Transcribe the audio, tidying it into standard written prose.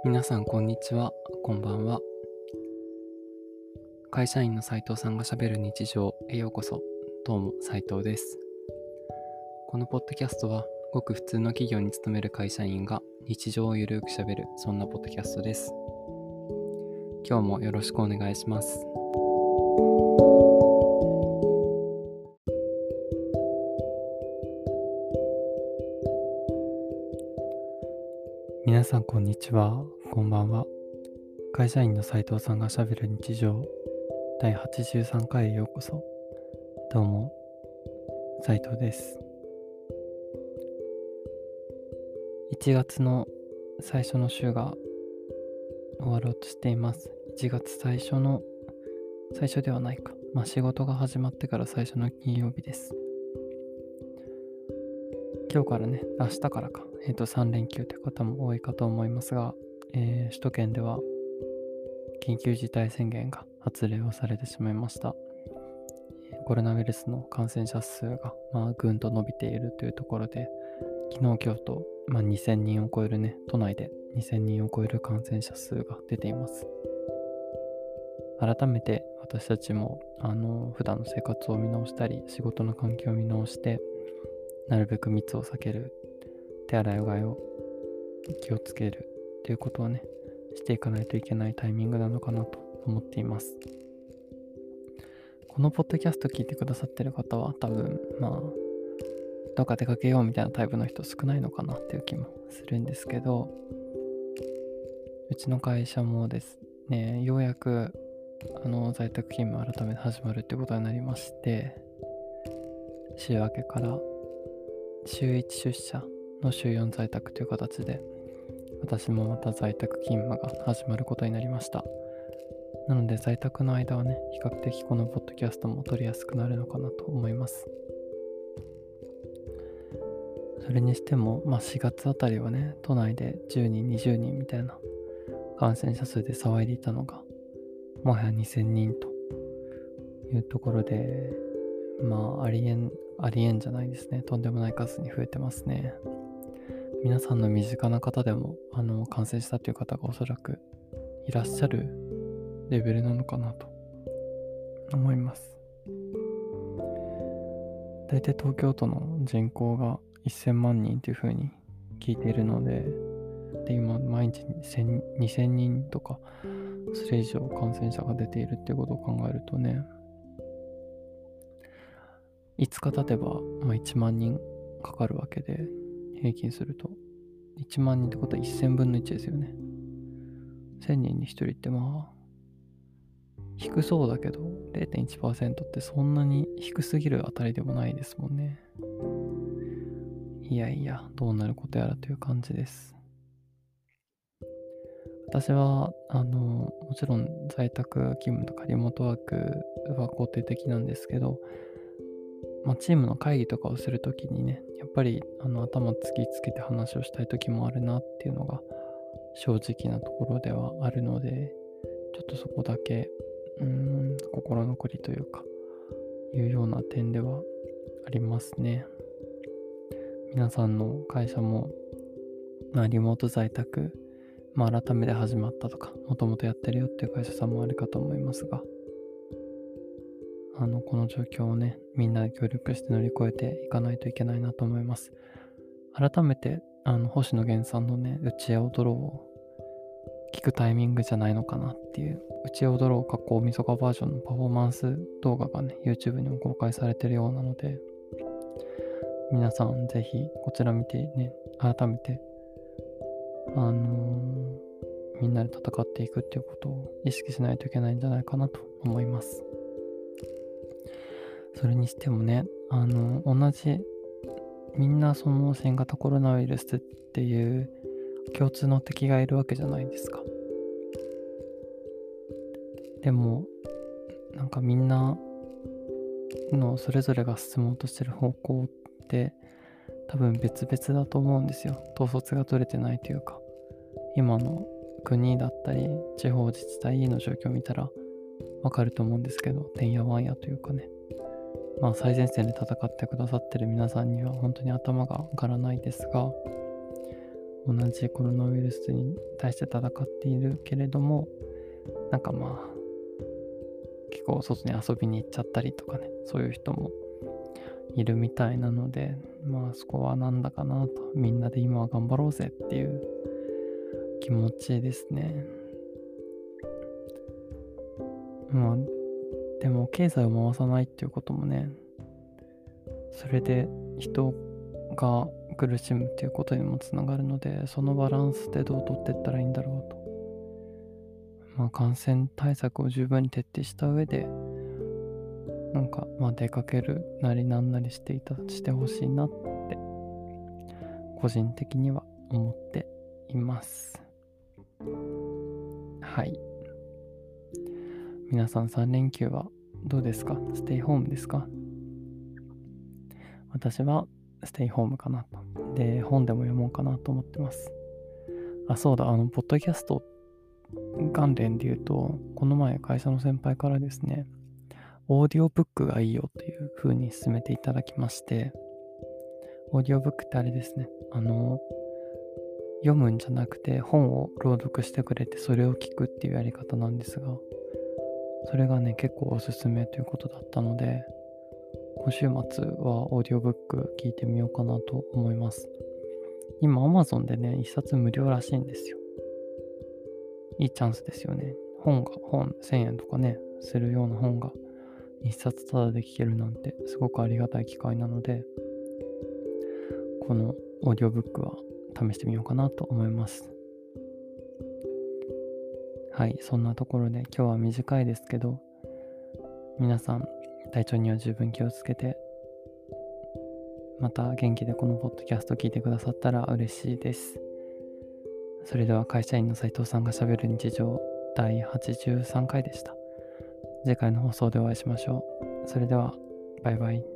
皆さんこんにちは、こんばんは。会社員の斉藤さんがしゃべる日常へようこそ。どうも斉藤です。このポッドキャストはごく普通の企業に勤める会社員が日常をゆるくしゃべる、そんなポッドキャストです。今日もよろしくお願いします。皆さんこんにちは、こんばんは。会社員の斉藤さんがしゃべる日常第83回へようこそ。どうも斉藤です。1月の最初の週が終わろうとしています。1月最初ではないか。仕事が始まってから最初の金曜日です。今日からね、明日からか、3連休という方も多いかと思いますが、首都圏では緊急事態宣言が発令をされてしまいました。コロナウイルスの感染者数がぐんと伸びているというところで、昨日今日と2000人を超えるね、都内で2000人を超える感染者数が出ています。改めて私たちも普段の生活を見直したり、仕事の環境を見直して、なるべく密を避ける、手洗いうがいを気をつけるということをね、していかないといけないタイミングなのかなと思っています。このポッドキャスト聞いてくださってる方は多分どっか出かけようみたいなタイプの人少ないのかなっていう気もするんですけど、うちの会社もですね、ようやく在宅勤務改めて始まるってことになりまして、週明けから週1出社の週4在宅という形で、私もまた在宅勤務が始まることになりました。なので在宅の間はね、比較的このポッドキャストも撮りやすくなるのかなと思います。それにしても、4月あたりはね、都内で10人、20人みたいな感染者数で騒いでいたのが、もはや2000人というところで、ありえんじゃないですね。とんでもない数に増えてますね。皆さんの身近な方でも感染したという方がおそらくいらっしゃるレベルなのかなと思います。大体東京都の人口が1000万人というふうに聞いているので、今毎日2000人とかそれ以上感染者が出ているっていうことを考えるとね、5日経てば1万人かかるわけで、平均すると1万人ってことは1000分の1ですよね。1000人に1人って低そうだけど 0.1% ってそんなに低すぎるあたりでもないですもんね。いやいや、どうなることやらという感じです。私はもちろん在宅勤務とかリモートワークは肯定的なんですけど、チームの会議とかをするときにね、やっぱり頭突きつけて話をしたいときもあるなっていうのが正直なところではあるので、ちょっとそこだけ心残りというかいうような点ではありますね。皆さんの会社もリモート在宅改めて始まったとか、もともとやってるよっていう会社さんもあるかと思いますが、この状況をね、みんなで協力して乗り越えていかないといけないなと思います。改めて星野源さんのね、うちへ踊ろうを聞くタイミングじゃないのかなっていう、うちへ踊ろう大晦日バージョンのパフォーマンス動画がね、YouTube にも公開されてるようなので、皆さんぜひこちら見てね、改めてみんなで戦っていくっていうことを意識しないといけないんじゃないかなと思います。それにしてもね、みんなその新型コロナウイルスっていう共通の敵がいるわけじゃないですか。でもみんなのそれぞれが進もうとしてる方向って多分別々だと思うんですよ。統率が取れてないというか、今の国だったり地方自治体の状況を見たらわかると思うんですけど、てんやわんやというかね、最前線で戦ってくださってる皆さんには本当に頭が上がらないですが、 同じコロナウイルスに対して戦っているけれども、なんか結構外に遊びに行っちゃったりとかね、そういう人もいるみたいなので、そこはなんだかなと、みんなで今は頑張ろうぜっていう気持ちですね。でも経済を回さないっていうこともね、それで人が苦しむっていうことにもつながるので、そのバランスでどう取っていったらいいんだろうと。感染対策を十分に徹底した上で、出かけるなりなんなりしてほしいなって個人的には思っています。はい。皆さん3連休はどうですか？ステイホームですか？私はステイホームかなと。で、本でも読もうかなと思ってます。そうだ、ポッドキャスト関連で言うと、この前会社の先輩からですね、オーディオブックがいいよという風に勧めていただきまして、オーディオブックってあれですね、読むんじゃなくて本を朗読してくれてそれを聞くっていうやり方なんですが、それがね結構おすすめということだったので、今週末はオーディオブック聞いてみようかなと思います。今 Amazon でね、一冊無料らしいんですよ。いいチャンスですよね。本1000円とかねするような本が一冊タダで聞けるなんてすごくありがたい機会なので、このオーディオブックは試してみようかなと思います。はい、そんなところで今日は短いですけど、皆さん体調には十分気をつけて、また元気でこのポッドキャスト聞いてくださったら嬉しいです。それでは会社員の斉藤さんがしゃべる日常第83回でした。次回の放送でお会いしましょう。それではバイバイ。